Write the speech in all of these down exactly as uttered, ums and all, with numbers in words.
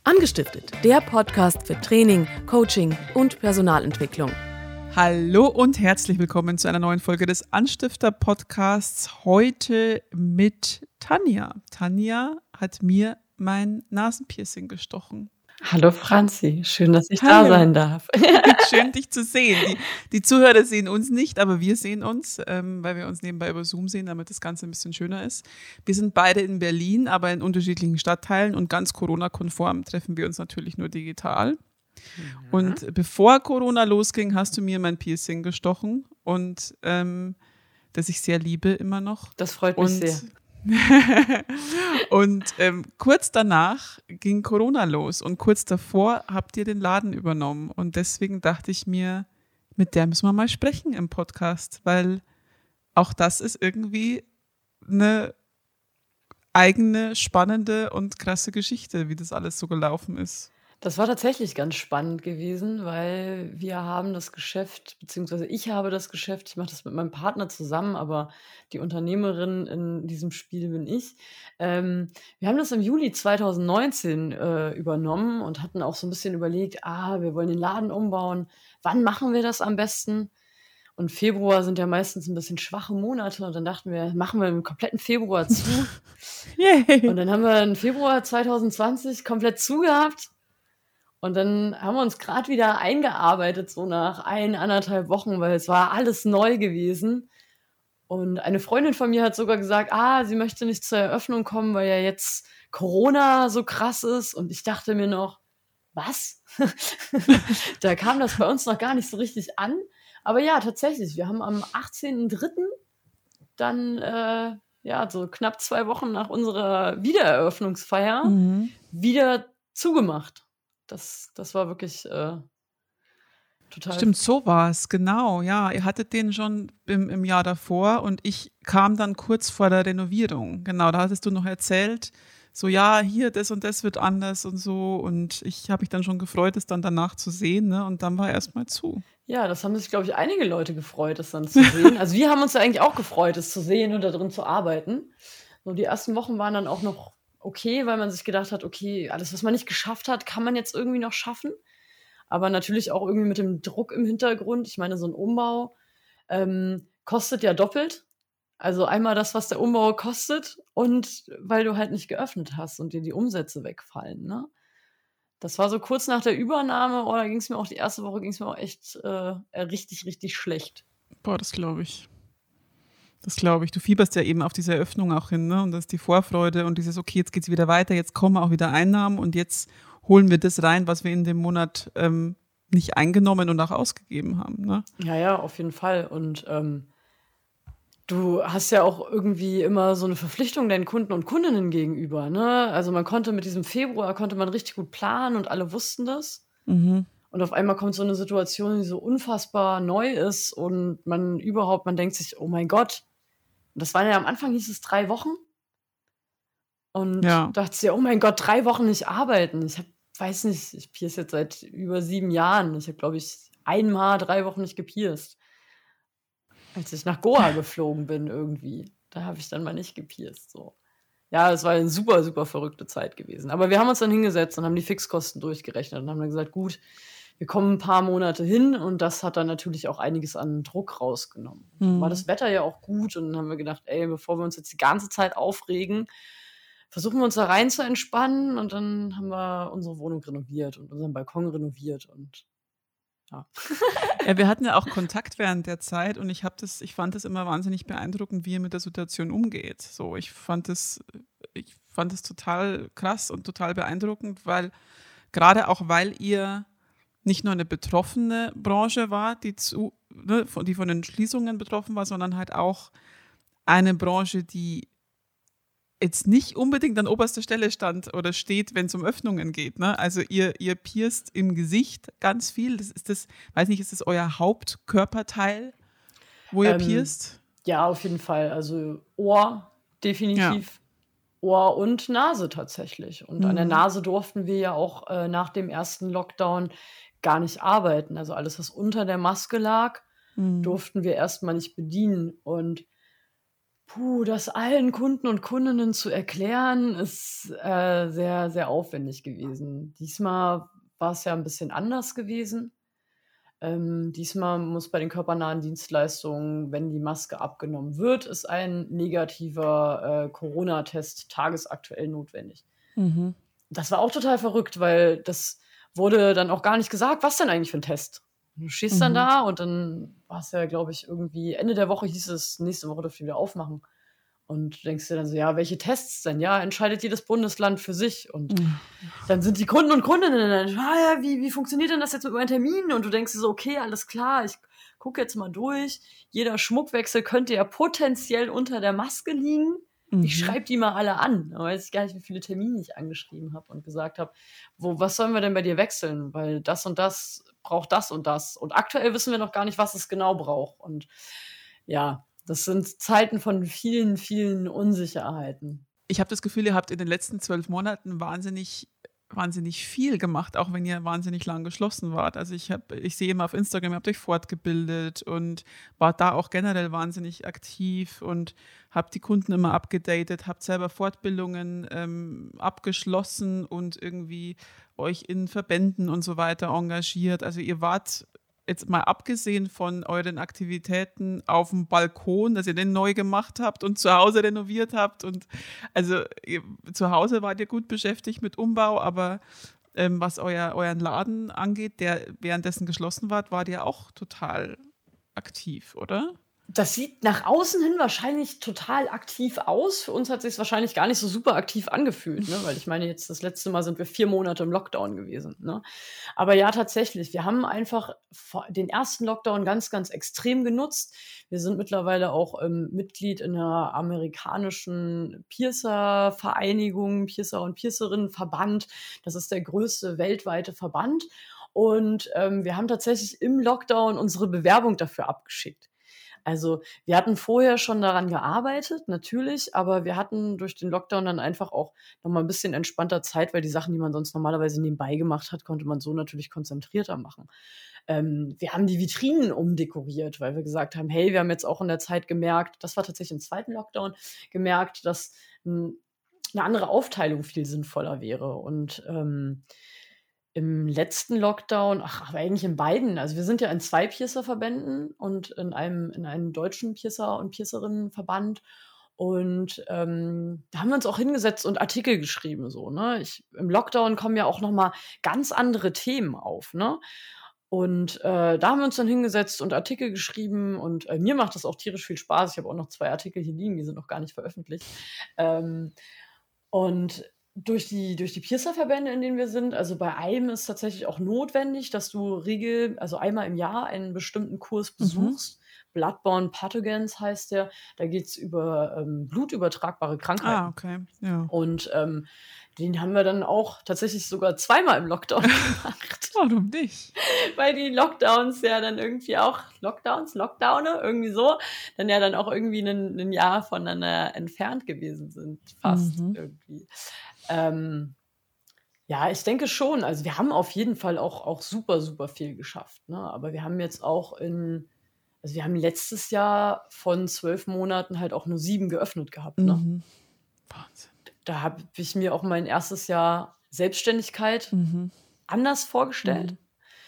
Angestiftet, der Podcast für Training, Coaching und Personalentwicklung. Hallo und herzlich willkommen zu einer neuen Folge des Anstifter-Podcasts. Heute mit Tanja. Tanja hat mir mein Nasenpiercing gestochen. Hallo Franzi, schön, dass ich Hallo. da sein darf. Schön, dich zu sehen. Die, die Zuhörer sehen uns nicht, aber wir sehen uns, ähm, weil wir uns nebenbei über Zoom sehen, damit das Ganze ein bisschen schöner ist. Wir sind beide in Berlin, aber in unterschiedlichen Stadtteilen und ganz Corona-konform treffen wir uns natürlich nur digital. Ja. Und bevor Corona losging, hast du mir mein Piercing gestochen und ähm, das ich sehr liebe immer noch. Das freut mich und, sehr. und ähm, kurz danach ging Corona los und kurz davor habt ihr den Laden übernommen und deswegen dachte ich mir, mit der müssen wir mal sprechen im Podcast, weil auch das ist irgendwie eine eigene, spannende und krasse Geschichte, wie das alles so gelaufen ist. Das war tatsächlich ganz spannend gewesen, weil wir haben das Geschäft, beziehungsweise ich habe das Geschäft, ich mache das mit meinem Partner zusammen, aber die Unternehmerin in diesem Spiel bin ich. Ähm, wir haben das im Juli zwanzig neunzehn äh, übernommen und hatten auch so ein bisschen überlegt, ah, wir wollen den Laden umbauen, wann machen wir das am besten? Und Februar sind ja meistens ein bisschen schwache Monate und dann dachten wir, machen wir im kompletten Februar zu. Yay. Und dann haben wir im Februar zwanzig zwanzig komplett zugehabt. Und dann haben wir uns gerade wieder eingearbeitet, so nach ein, anderthalb Wochen, weil es war alles neu gewesen. Und eine Freundin von mir hat sogar gesagt, ah, sie möchte nicht zur Eröffnung kommen, weil ja jetzt Corona so krass ist. Und ich dachte mir noch, was? Da kam das bei uns noch gar nicht so richtig an. Aber ja, tatsächlich, wir haben am achtzehnten dritten dann, äh, ja, so knapp zwei Wochen nach unserer Wiedereröffnungsfeier mhm. wieder zugemacht. Das, das war wirklich äh, total... Stimmt, so war es, genau. Ja, ihr hattet den schon im, im Jahr davor und ich kam dann kurz vor der Renovierung. Genau, da hattest du noch erzählt, so ja, hier, das und das wird anders und so. Und ich habe mich dann schon gefreut, es dann danach zu sehen, ne? Und dann war erstmal zu. Ja, das haben sich, glaube ich, einige Leute gefreut, es dann zu sehen. Also wir haben uns ja eigentlich auch gefreut, es zu sehen und da drin zu arbeiten. So, die ersten Wochen waren dann auch noch okay, weil man sich gedacht hat, okay, alles, was man nicht geschafft hat, kann man jetzt irgendwie noch schaffen. Aber natürlich auch irgendwie mit dem Druck im Hintergrund. Ich meine, so ein Umbau ähm, kostet ja doppelt. Also einmal das, was der Umbau kostet und weil du halt nicht geöffnet hast und dir die Umsätze wegfallen, ne? Das war so kurz nach der Übernahme, oh, da ging es mir auch, die erste Woche ging es mir auch echt äh, richtig, richtig schlecht. Boah, das glaube ich. Das glaube ich. Du fieberst ja eben auf diese Eröffnung auch hin, ne? Und das ist die Vorfreude und dieses, okay, jetzt geht's wieder weiter, jetzt kommen auch wieder Einnahmen und jetzt holen wir das rein, was wir in dem Monat ähm, nicht eingenommen und auch ausgegeben haben, ne? Ja, ja, auf jeden Fall. Und ähm, du hast ja auch irgendwie immer so eine Verpflichtung deinen Kunden und Kundinnen gegenüber, ne? Also man konnte mit diesem Februar, konnte man richtig gut planen und alle wussten das. Mhm. Und auf einmal kommt so eine Situation, die so unfassbar neu ist und man überhaupt, man denkt sich, oh mein Gott. Und das waren ja am Anfang, hieß es drei Wochen. Und ja. dachte ich, oh mein Gott, drei Wochen nicht arbeiten. Ich hab, weiß nicht, ich pierce jetzt seit über sieben Jahren. Ich habe, glaube ich, einmal drei Wochen nicht gepierst. Als ich nach Goa geflogen bin irgendwie. Da habe ich dann mal nicht gepierst. So. Ja, es war eine super, super verrückte Zeit gewesen. Aber wir haben uns dann hingesetzt und haben die Fixkosten durchgerechnet und haben dann gesagt, gut, wir kommen ein paar Monate hin und das hat dann natürlich auch einiges an Druck rausgenommen. Mhm. War das Wetter ja auch gut und dann haben wir gedacht, ey, bevor wir uns jetzt die ganze Zeit aufregen, versuchen wir uns da rein zu entspannen und dann haben wir unsere Wohnung renoviert und unseren Balkon renoviert und ja. Ja, wir hatten ja auch Kontakt während der Zeit und ich habe das, ich fand das immer wahnsinnig beeindruckend, wie ihr mit der Situation umgeht. So, ich fand das, ich fand das total krass und total beeindruckend, weil gerade auch, weil ihr nicht nur eine betroffene Branche war, die, zu, ne, die von den Schließungen betroffen war, sondern halt auch eine Branche, die jetzt nicht unbedingt an oberster Stelle stand oder steht, wenn es um Öffnungen geht. Ne? Also ihr, ihr pierst im Gesicht ganz viel. Das ist das, weiß nicht, ist das euer Hauptkörperteil, wo ihr ähm, pierst? Ja, auf jeden Fall. Also Ohr, definitiv. Ja. Ohr und Nase tatsächlich. Und mhm. an der Nase durften wir ja auch äh, nach dem ersten Lockdown gar nicht arbeiten. Also alles, was unter der Maske lag, mhm. durften wir erstmal nicht bedienen. Und Puh, das allen Kunden und Kundinnen zu erklären, ist äh, sehr, sehr aufwendig gewesen. Diesmal war es ja ein bisschen anders gewesen. Ähm, diesmal muss bei den körpernahen Dienstleistungen, wenn die Maske abgenommen wird, ist ein negativer äh, Corona-Test tagesaktuell notwendig. Mhm. Das war auch total verrückt, weil das wurde dann auch gar nicht gesagt, was denn eigentlich für ein Test. Du stehst dann Mhm. da und dann war es ja, glaube ich, irgendwie Ende der Woche hieß es, nächste Woche dürft ihr wieder aufmachen. Und du denkst dir dann so, ja, welche Tests denn? Ja, entscheidet jedes Bundesland für sich. Und Mhm. dann sind die Kunden und Kundinnen dann, ah ja, wie, wie funktioniert denn das jetzt mit meinem Termin? Und du denkst dir so, okay, alles klar, ich gucke jetzt mal durch. Jeder Schmuckwechsel könnte ja potenziell unter der Maske liegen. Mhm. Ich schreibe die mal alle an. Da weiß ich gar nicht, wie viele Termine ich angeschrieben habe und gesagt habe, wo, was sollen wir denn bei dir wechseln? Weil das und das braucht das und das. Und aktuell wissen wir noch gar nicht, was es genau braucht. Und ja, das sind Zeiten von vielen, vielen Unsicherheiten. Ich habe das Gefühl, ihr habt in den letzten zwölf Monaten wahnsinnig, wahnsinnig viel gemacht, auch wenn ihr wahnsinnig lang geschlossen wart. Also ich habe, ich sehe immer auf Instagram, ihr habt euch fortgebildet und wart da auch generell wahnsinnig aktiv und habt die Kunden immer abgedatet, habt selber Fortbildungen ähm, abgeschlossen und irgendwie euch in Verbänden und so weiter engagiert. Also ihr wart jetzt mal abgesehen von euren Aktivitäten auf dem Balkon, dass ihr den neu gemacht habt und zu Hause renoviert habt und also ihr, zu Hause wart ihr gut beschäftigt mit Umbau, aber ähm, was euer, euren Laden angeht, der währenddessen geschlossen war, wart ihr auch total aktiv, oder? Das sieht nach außen hin wahrscheinlich total aktiv aus. Für uns hat sich wahrscheinlich gar nicht so super aktiv angefühlt, ne? Weil ich meine, jetzt das letzte Mal sind wir vier Monate im Lockdown gewesen. Ne? Aber ja, tatsächlich, wir haben einfach den ersten Lockdown ganz, ganz extrem genutzt. Wir sind mittlerweile auch ähm, Mitglied in einer amerikanischen Piercer-Vereinigung, Piercer- und Piercerinnen-Verband. Das ist der größte weltweite Verband. Und ähm, wir haben tatsächlich im Lockdown unsere Bewerbung dafür abgeschickt. Also wir hatten vorher schon daran gearbeitet, natürlich, aber wir hatten durch den Lockdown dann einfach auch nochmal ein bisschen entspannter Zeit, weil die Sachen, die man sonst normalerweise nebenbei gemacht hat, konnte man so natürlich konzentrierter machen. Ähm, wir haben die Vitrinen umdekoriert, weil wir gesagt haben, hey, wir haben jetzt auch in der Zeit gemerkt, das war tatsächlich im zweiten Lockdown, gemerkt, dass m, eine andere Aufteilung viel sinnvoller wäre. Und ähm, im letzten Lockdown, ach, aber eigentlich in beiden. Also wir sind ja in zwei Piercer-Verbänden und in einem, in einem deutschen Piercer- und Piercerinnenverband. Und ähm, da haben wir uns auch hingesetzt und Artikel geschrieben. So, ne? Ich, im Lockdown kommen ja auch noch mal ganz andere Themen auf. Ne? Und äh, da haben wir uns dann hingesetzt und Artikel geschrieben. Und äh, mir macht das auch tierisch viel Spaß. Ich habe auch noch zwei Artikel hier liegen, die sind noch gar nicht veröffentlicht. Ähm, und durch die, durch die Piercer-Verbände, in denen wir sind, also bei einem ist tatsächlich auch notwendig, dass du regel, also einmal im Jahr einen bestimmten Kurs besuchst. Mhm. Bloodborne Pathogens heißt der. Da geht es über ähm, blutübertragbare Krankheiten. Ah, okay. Ja. Und ähm, den haben wir dann auch tatsächlich sogar zweimal im Lockdown gemacht. Warum nicht? Weil die Lockdowns ja dann irgendwie auch, Lockdowns, Lockdowne, irgendwie so, dann ja dann auch irgendwie ein, ein Jahr voneinander entfernt gewesen sind, fast mhm. irgendwie. Ähm, ja, ich denke schon. Also wir haben auf jeden Fall auch, auch super, super viel geschafft. Ne? Aber wir haben jetzt auch in, also wir haben letztes Jahr von zwölf Monaten halt auch nur sieben geöffnet gehabt. Ne? Mhm. Wahnsinn. Da habe ich mir auch mein erstes Jahr Selbstständigkeit mhm. anders vorgestellt. Mhm.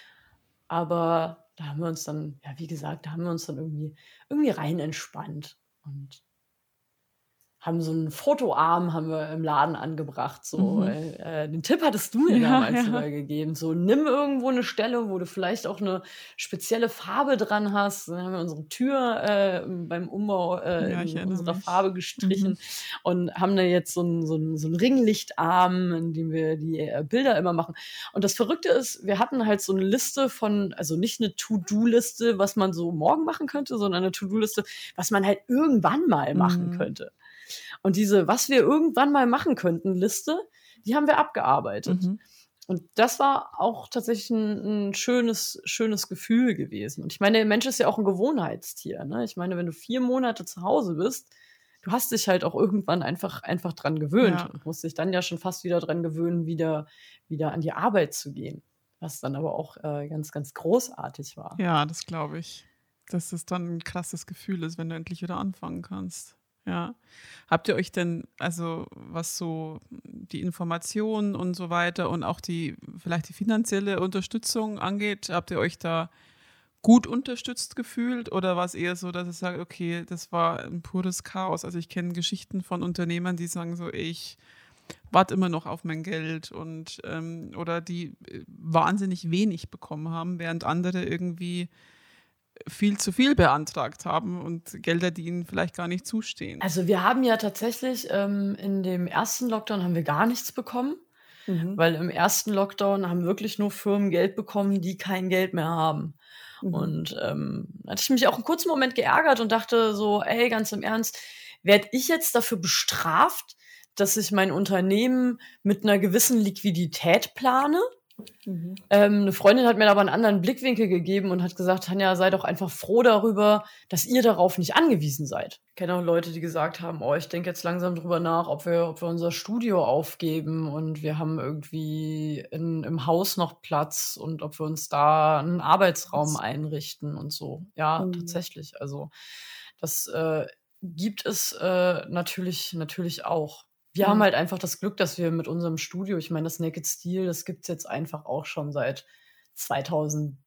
Aber da haben wir uns dann, ja, wie gesagt, da haben wir uns dann irgendwie, irgendwie rein entspannt und haben so einen Fotoarm haben wir im Laden angebracht. So, mhm. äh, den Tipp hattest du mir ja, damals ja. sogar gegeben. So, nimm irgendwo eine Stelle, wo du vielleicht auch eine spezielle Farbe dran hast. Dann haben wir unsere Tür äh, beim Umbau äh, ja, in unserer mich. Farbe gestrichen mhm. und haben da jetzt so einen so einen, so einen Ringlichtarm, in dem wir die äh, Bilder immer machen. Und das Verrückte ist, wir hatten halt so eine Liste von, also nicht eine To-Do-Liste, was man so morgen machen könnte, sondern eine To-Do-Liste, was man halt irgendwann mal machen mhm. könnte. Und diese, was wir irgendwann mal machen könnten, Liste, die haben wir abgearbeitet. Mhm. Und das war auch tatsächlich ein, ein schönes, schönes Gefühl gewesen. Und ich meine, der Mensch ist ja auch ein Gewohnheitstier. Ne? Ich meine, wenn du vier Monate zu Hause bist, du hast dich halt auch irgendwann einfach, einfach dran gewöhnt ja. und musst dich dann ja schon fast wieder dran gewöhnen, wieder, wieder an die Arbeit zu gehen. Was dann aber auch äh, ganz, ganz großartig war. Ja, das glaube ich. Dass das dann ein krasses Gefühl ist, wenn du endlich wieder anfangen kannst. Ja. Habt ihr euch denn, also was so die Informationen und so weiter und auch die, vielleicht die finanzielle Unterstützung angeht, habt ihr euch da gut unterstützt gefühlt oder war es eher so, dass ihr sagt, okay, das war ein pures Chaos? Also ich kenne Geschichten von Unternehmern, die sagen so, ey, ich warte immer noch auf mein Geld und ähm, oder die äh, wahnsinnig wenig bekommen haben, während andere irgendwie viel zu viel beantragt haben und Gelder, die ihnen vielleicht gar nicht zustehen. Also wir haben ja tatsächlich ähm, in dem ersten Lockdown haben wir gar nichts bekommen, mhm. weil im ersten Lockdown haben wirklich nur Firmen Geld bekommen, die kein Geld mehr haben. Mhm. Und ähm, da hatte ich mich auch einen kurzen Moment geärgert und dachte so, ey, ganz im Ernst, werde ich jetzt dafür bestraft, dass ich mein Unternehmen mit einer gewissen Liquidität plane? Mhm. Ähm, eine Freundin hat mir aber einen anderen Blickwinkel gegeben und hat gesagt, Tanja, sei doch einfach froh darüber, dass ihr darauf nicht angewiesen seid. Ich kenne auch Leute, die gesagt haben, oh, ich denke jetzt langsam drüber nach, ob wir, ob wir unser Studio aufgeben und wir haben irgendwie in, im Haus noch Platz und ob wir uns da einen Arbeitsraum einrichten und so. Ja, mhm. tatsächlich. Also das äh, gibt es äh, natürlich, natürlich auch. Wir mhm. haben halt einfach das Glück, dass wir mit unserem Studio, ich meine, das Naked Steel, das gibt's jetzt einfach auch schon seit zweitausendzehn.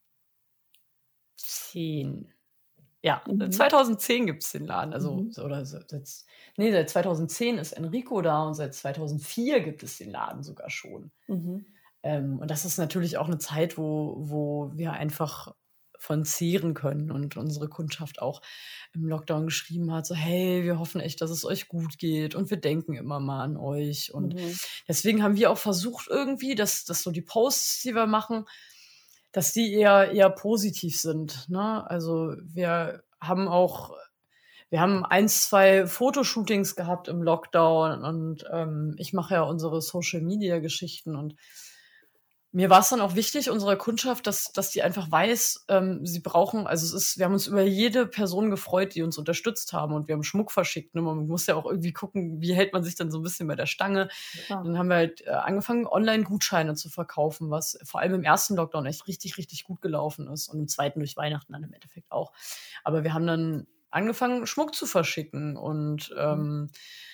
Ja, mhm. zweitausendzehn gibt's den Laden. Also, mhm. oder seit, nee, seit zweitausendzehn ist Enrico da und seit zweitausendvier gibt es den Laden sogar schon. Mhm. Ähm, und das ist natürlich auch eine Zeit, wo, wo wir einfach von zehren können und unsere Kundschaft auch im Lockdown geschrieben hat, so hey, wir hoffen echt, dass es euch gut geht und wir denken immer mal an euch und mhm. deswegen haben wir auch versucht irgendwie, dass, dass so die Posts, die wir machen, dass die eher, eher positiv sind, ne? Also wir haben auch wir haben eins, zwei Fotoshootings gehabt im Lockdown und ähm, ich mache ja unsere Social-Media-Geschichten und mir war es dann auch wichtig, unserer Kundschaft, dass, dass die einfach weiß, ähm, sie brauchen, also es ist, wir haben uns über jede Person gefreut, die uns unterstützt haben und wir haben Schmuck verschickt. Ne? Man muss ja auch irgendwie gucken, wie hält man sich dann so ein bisschen bei der Stange. Ja. Dann haben wir halt äh, angefangen, Online-Gutscheine zu verkaufen, was vor allem im ersten Lockdown echt richtig, richtig gut gelaufen ist und im zweiten durch Weihnachten dann im Endeffekt auch. Aber wir haben dann angefangen, Schmuck zu verschicken und ähm,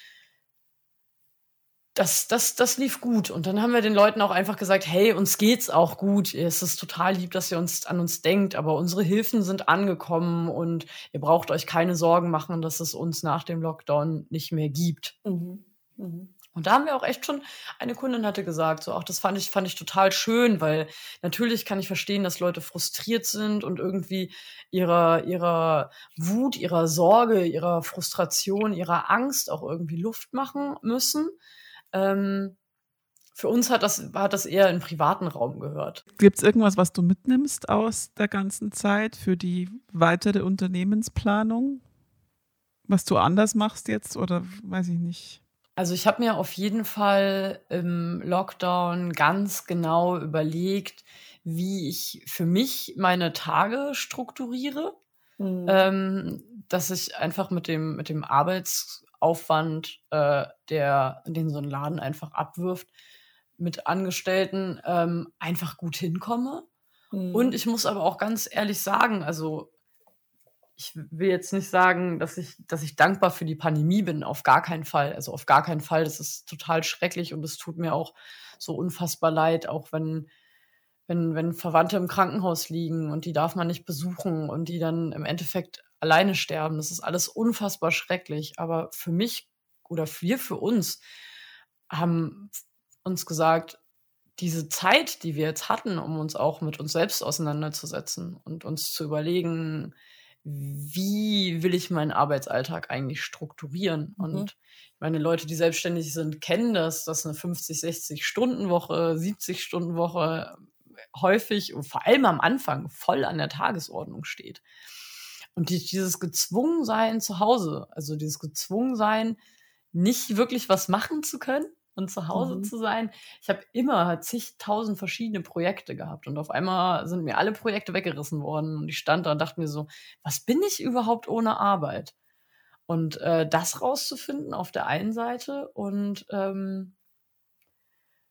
Das, das, das lief gut. Und dann haben wir den Leuten auch einfach gesagt, hey, uns geht's auch gut. Es ist total lieb, dass ihr uns an uns denkt, aber unsere Hilfen sind angekommen und ihr braucht euch keine Sorgen machen, dass es uns nach dem Lockdown nicht mehr gibt. Mhm. Mhm. Und da haben wir auch echt schon, eine Kundin hatte gesagt, so auch das fand ich, fand ich total schön, weil natürlich kann ich verstehen, dass Leute frustriert sind und irgendwie ihrer, ihrer Wut, ihrer Sorge, ihrer Frustration, ihrer Angst auch irgendwie Luft machen müssen. Ähm, für uns hat das, hat das eher in privaten Raum gehört. Gibt es irgendwas, was du mitnimmst aus der ganzen Zeit für die weitere Unternehmensplanung? Was du anders machst jetzt oder weiß ich nicht? Also ich habe mir auf jeden Fall im Lockdown ganz genau überlegt, wie ich für mich meine Tage strukturiere. Mhm. Ähm, dass ich einfach mit dem, mit dem Arbeitsaufwand, äh, der, den so ein Laden einfach abwirft, mit Angestellten ähm, einfach gut hinkomme. Mhm. Und ich muss aber auch ganz ehrlich sagen, also ich will jetzt nicht sagen, dass ich, dass ich dankbar für die Pandemie bin, auf gar keinen Fall. Also auf gar keinen Fall. Das ist total schrecklich und es tut mir auch so unfassbar leid, auch wenn Wenn, wenn Verwandte im Krankenhaus liegen und die darf man nicht besuchen und die dann im Endeffekt alleine sterben. Das ist alles unfassbar schrecklich. Aber für mich oder wir für uns haben uns gesagt, diese Zeit, die wir jetzt hatten, um uns auch mit uns selbst auseinanderzusetzen und uns zu überlegen, wie will ich meinen Arbeitsalltag eigentlich strukturieren? Mhm. Und meine Leute, die selbstständig sind, kennen das, dass eine fünfzig, sechzig Stunden Woche, siebzig Stunden Woche häufig und vor allem am Anfang voll an der Tagesordnung steht. Und die, dieses Gezwungensein zu Hause, also dieses Gezwungensein, nicht wirklich was machen zu können und zu Hause mhm. zu sein. Ich habe immer zigtausend verschiedene Projekte gehabt und auf einmal sind mir alle Projekte weggerissen worden und ich stand da und dachte mir so, was bin ich überhaupt ohne Arbeit? Und äh, das rauszufinden auf der einen Seite und ähm,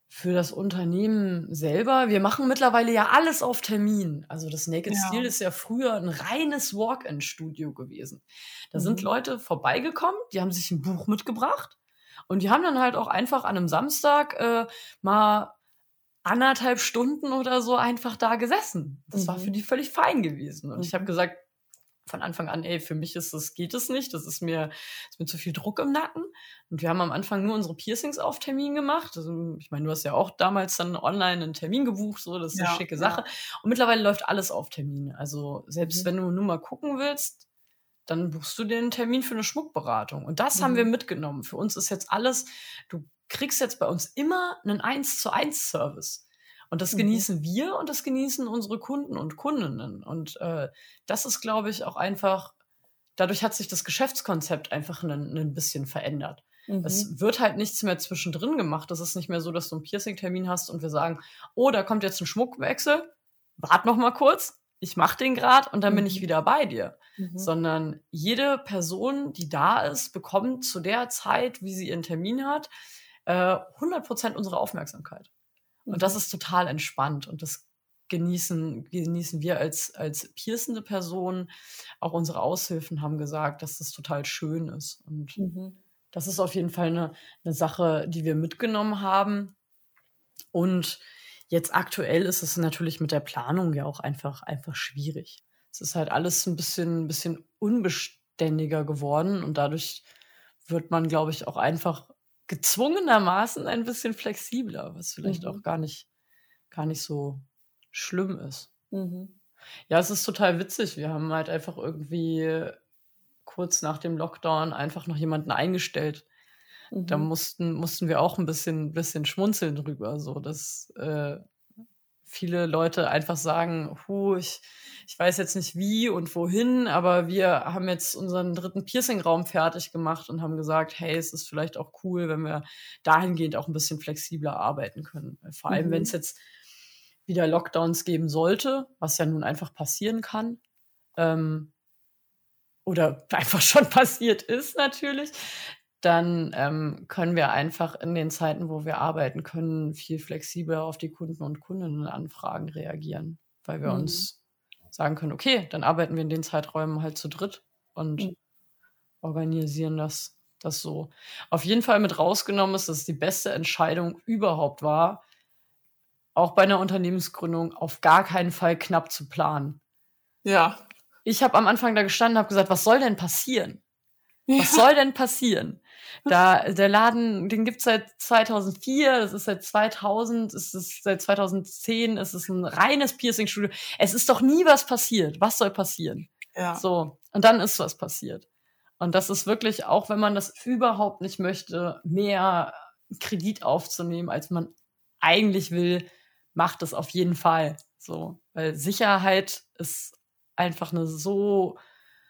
Für das Unternehmen selber, wir machen mittlerweile ja alles auf Termin. Also das Naked Ja. Steel ist ja früher ein reines Walk-in-Studio gewesen. Da sind Mhm. Leute vorbeigekommen, die haben sich ein Buch mitgebracht und die haben dann halt auch einfach an einem Samstag äh, mal anderthalb Stunden oder so einfach da gesessen. Das war Mhm. für die völlig fein gewesen. Und ich habe Mhm. gesagt, von Anfang an, ey, für mich ist das, geht es nicht, das ist mir, ist mir zu viel Druck im Nacken. Und wir haben am Anfang nur unsere Piercings auf Termin gemacht. Also, ich meine, du hast ja auch damals dann online einen Termin gebucht, so, das ist eine Ja, schicke ja. Sache. Und mittlerweile läuft alles auf Termin. Also selbst Mhm. wenn du nur mal gucken willst, dann buchst du dir einen Termin für eine Schmuckberatung. Und das haben Mhm. wir mitgenommen. Für uns ist jetzt alles, du kriegst jetzt bei uns immer einen eins zu eins Service. Und das Mhm. genießen wir und das genießen unsere Kunden und Kundinnen. Und äh, das ist, glaube ich, auch einfach, dadurch hat sich das Geschäftskonzept einfach ein, ein bisschen verändert. Mhm. Es wird halt nichts mehr zwischendrin gemacht. Das ist nicht mehr so, dass du einen Piercing-Termin hast und wir sagen, oh, da kommt jetzt ein Schmuckwechsel, wart noch mal kurz, ich mach den grad und dann bin ich Mhm. wieder bei dir. Mhm. Sondern jede Person, die da ist, bekommt zu der Zeit, wie sie ihren Termin hat, äh, hundert Prozent unsere Aufmerksamkeit. Und das Mhm. ist total entspannt und das genießen, genießen wir als, als piercende Person. Auch unsere Aushilfen haben gesagt, dass das total schön ist. Und Mhm. das ist auf jeden Fall eine, eine Sache, die wir mitgenommen haben. Und jetzt aktuell ist es natürlich mit der Planung ja auch einfach, einfach schwierig. Es ist halt alles ein bisschen, ein bisschen unbeständiger geworden und dadurch wird man, glaube ich, auch einfach gezwungenermaßen ein bisschen flexibler, was vielleicht Mhm. auch gar nicht, gar nicht so schlimm ist. Mhm. Ja, es ist total witzig. Wir haben halt einfach irgendwie kurz nach dem Lockdown einfach noch jemanden eingestellt. Da Mhm. mussten, mussten wir auch ein bisschen, bisschen schmunzeln drüber, so dass äh, viele Leute einfach sagen, hu, ich, ich weiß jetzt nicht wie und wohin, aber wir haben jetzt unseren dritten Piercing-Raum fertig gemacht und haben gesagt, hey, es ist vielleicht auch cool, wenn wir dahingehend auch ein bisschen flexibler arbeiten können. Vor allem, wenn es Mhm. jetzt wieder Lockdowns geben sollte, was ja nun einfach passieren kann, ähm, oder einfach schon passiert ist natürlich, dann ähm, können wir einfach in den Zeiten, wo wir arbeiten können, viel flexibler auf die Kunden- und Kundinnenanfragen reagieren, weil wir Mhm. uns sagen können, okay, dann arbeiten wir in den Zeiträumen halt zu dritt und Mhm. organisieren das, das so. Auf jeden Fall mit rausgenommen ist, dass es die beste Entscheidung überhaupt war, auch bei einer Unternehmensgründung auf gar keinen Fall knapp zu planen. Ja. Ich habe am Anfang da gestanden und habe gesagt, was soll denn passieren? Ja. Was soll denn passieren? Da, der Laden, den gibt's seit zweitausendvier, das ist seit zweitausend, es ist seit zweitausendzehn, es ist ein reines Piercing-Studio. Es ist doch nie was passiert. Was soll passieren? Ja. So, und dann ist was passiert. Und das ist wirklich, auch wenn man das überhaupt nicht möchte, mehr Kredit aufzunehmen, als man eigentlich will, macht es auf jeden Fall. So, weil Sicherheit ist einfach eine so,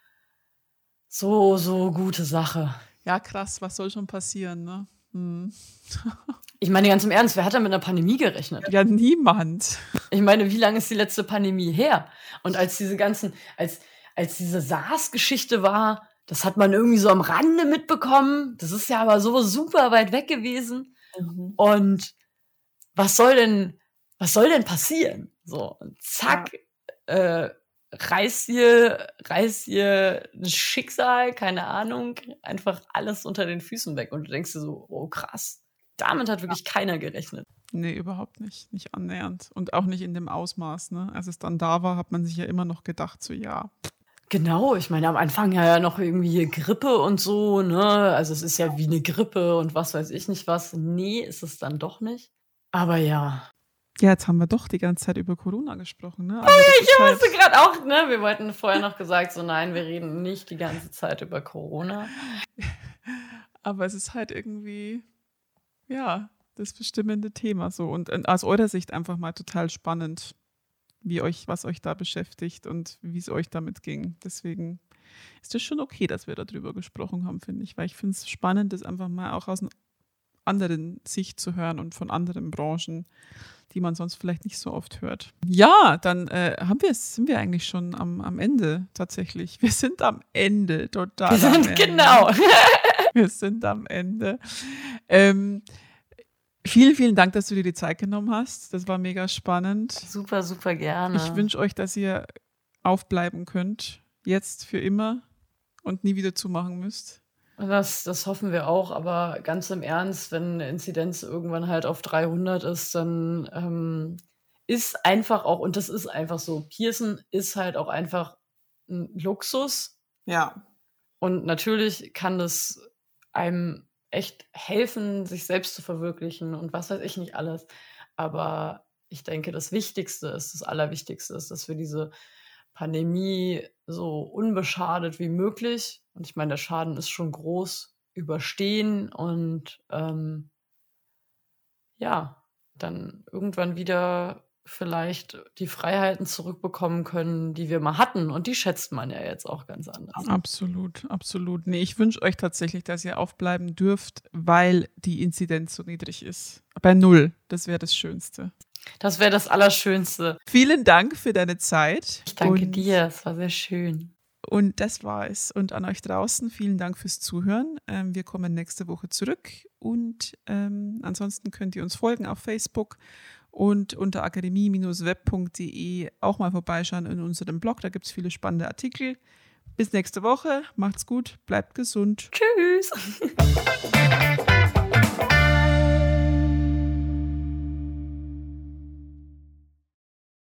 so, so gute Sache. Ja, krass, was soll schon passieren, ne? Hm. Ich meine, ganz im Ernst, wer hat denn mit einer Pandemie gerechnet? Ja, niemand. Ich meine, wie lange ist die letzte Pandemie her? Und als diese ganzen, als, als diese SARS-Geschichte war, das hat man irgendwie so am Rande mitbekommen. Das ist ja aber so super weit weg gewesen. Mhm. Und was soll denn, was soll denn passieren? So, und zack, äh, reißt ihr, reißt ihr ein Schicksal, keine Ahnung, einfach alles unter den Füßen weg. Und du denkst dir so, oh krass, damit hat wirklich keiner gerechnet. Nee, überhaupt nicht. Nicht annähernd. Und auch nicht in dem Ausmaß, ne? Als es dann da war, hat man sich ja immer noch gedacht, so ja. Genau, ich meine, am Anfang ja noch irgendwie Grippe und so, ne? Also es ist ja wie eine Grippe und was weiß ich nicht was. Nee, ist es dann doch nicht. Aber ja. Ja, jetzt haben wir doch die ganze Zeit über Corona gesprochen, ne? Oh ja, ich halt wusste gerade auch, ne? Wir wollten vorher noch gesagt, so nein, wir reden nicht die ganze Zeit über Corona. Aber es ist halt irgendwie, ja, das bestimmende Thema so. Und aus eurer Sicht einfach mal total spannend, wie euch, was euch da beschäftigt und wie es euch damit ging. Deswegen ist es schon okay, dass wir darüber gesprochen haben, finde ich. Weil ich finde es spannend, das einfach mal auch aus einer anderen Sicht zu hören und von anderen Branchen, die man sonst vielleicht nicht so oft hört. Ja, dann äh, haben wir es, sind wir eigentlich schon am, am Ende tatsächlich. Wir sind am Ende, total. Wir sind am Ende. genau. Wir sind am Ende. Ähm, Vielen, vielen Dank, dass du dir die Zeit genommen hast. Das war mega spannend. Super, super gerne. Ich wünsche euch, dass ihr aufbleiben könnt, jetzt für immer und nie wieder zumachen müsst. Das, das hoffen wir auch, aber ganz im Ernst, wenn eine Inzidenz irgendwann halt auf dreihundert ist, dann ähm, ist einfach auch, und das ist einfach so, Piercen ist halt auch einfach ein Luxus. Ja. Und natürlich kann das einem echt helfen, sich selbst zu verwirklichen und was weiß ich nicht alles. Aber ich denke, das Wichtigste ist, das Allerwichtigste ist, dass wir diese Pandemie so unbeschadet wie möglich, und ich meine, der Schaden ist schon groß, überstehen und ähm, ja, dann irgendwann wieder vielleicht die Freiheiten zurückbekommen können, die wir mal hatten. Und die schätzt man ja jetzt auch ganz anders. Absolut, absolut. Nee, ich wünsche euch tatsächlich, dass ihr aufbleiben dürft, weil die Inzidenz so niedrig ist. Bei null, das wäre das Schönste. Das wäre das Allerschönste. Vielen Dank für deine Zeit. Ich danke und, dir, es war sehr schön. Und das war es. Und an euch draußen, vielen Dank fürs Zuhören. Ähm, wir kommen nächste Woche zurück. Und ähm, ansonsten könnt ihr uns folgen auf Facebook und unter akademie Bindestrich web Punkt de auch mal vorbeischauen in unserem Blog. Da gibt es viele spannende Artikel. Bis nächste Woche. Macht's gut, bleibt gesund. Tschüss.